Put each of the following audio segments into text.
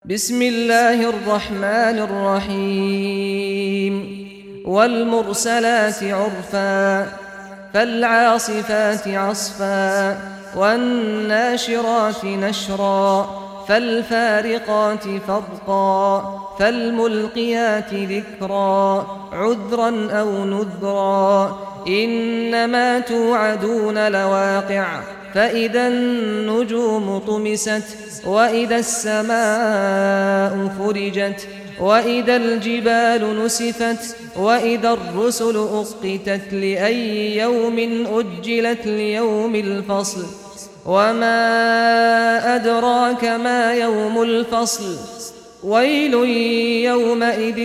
بسم الله الرحمن الرحيم والمرسلات عرفا فالعاصفات عصفا والناشرات نشرا فالفارقات فرقا فالملقيات ذكرا عذرا أو نذرا إنما توعدون لواقع فإذا النجوم طمست وإذا السماء فرجت وإذا الجبال نسفت وإذا الرسل أقتت لأي يوم أجلت ليوم الفصل وما أدراك ما يوم الفصل ويل يومئذ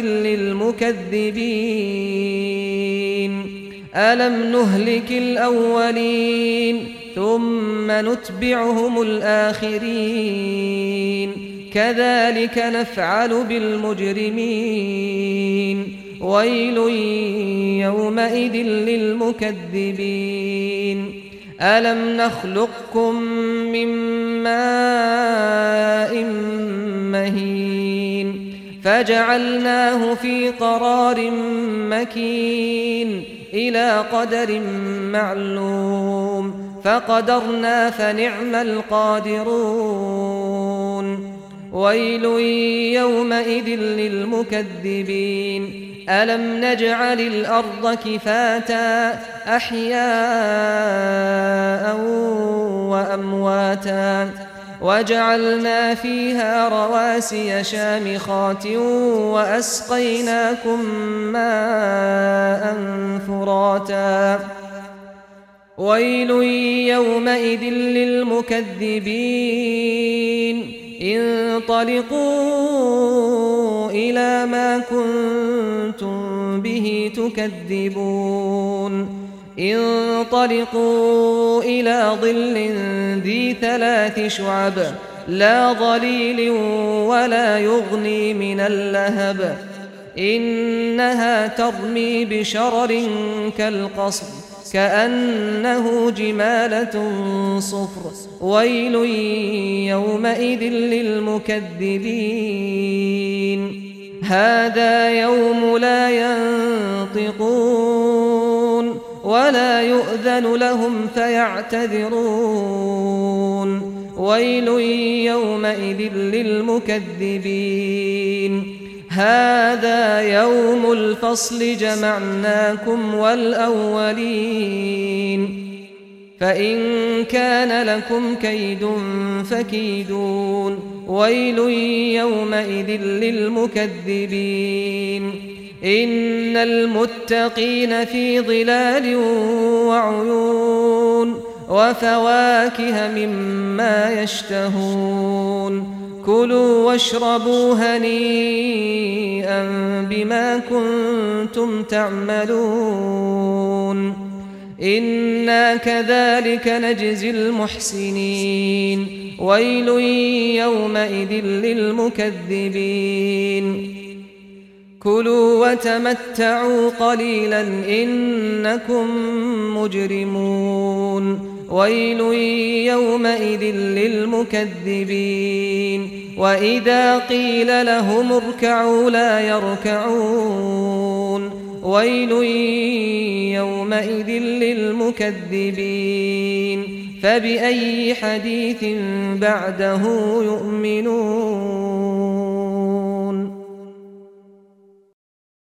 للمكذبين ألم نهلك الأولين ثم نتبعهم الآخرين كذلك نفعل بالمجرمين ويل يومئذ للمكذبين ألم نخلقكم من ماء مهين فجعلناه في قرار مكين إلى قدر معلوم فقدرنا فنعم القادرون ويل يومئذ للمكذبين ألم نجعل الأرض كفاتا أحياء وأمواتا وجعلنا فيها رواسي شامخات وأسقيناكم ماء فراتا ويل يومئذ للمكذبين انطلقوا إلى ما كنتم به تكذبون انطلقوا إلى ظل ذي 3 شعب لا ظليل ولا يغني من اللهب إنها ترمي بشرر كالقصر كأنه جمالة صفر ويل يومئذ للمكذبين هذا يوم لا ينطقون ولا يؤذن لهم فيعتذرون ويل يومئذ للمكذبين هذا يوم الفصل جمعناكم والأولين فإن كان لكم كيد فكيدون ويل يومئذ للمكذبين إن المتقين في ظلال وعيون وفواكه مما يشتهون كلوا واشربوا هنيئا بما كنتم تعملون إنا كذلك نجزي المحسنين ويل يومئذ للمكذبين كلوا وتمتعوا قليلا إنكم مجرمون ويل يومئذ للمكذبين وإذا قيل لهم اركعوا لا يركعون ويل يومئذ للمكذبين فبأي حديث بعده يؤمنون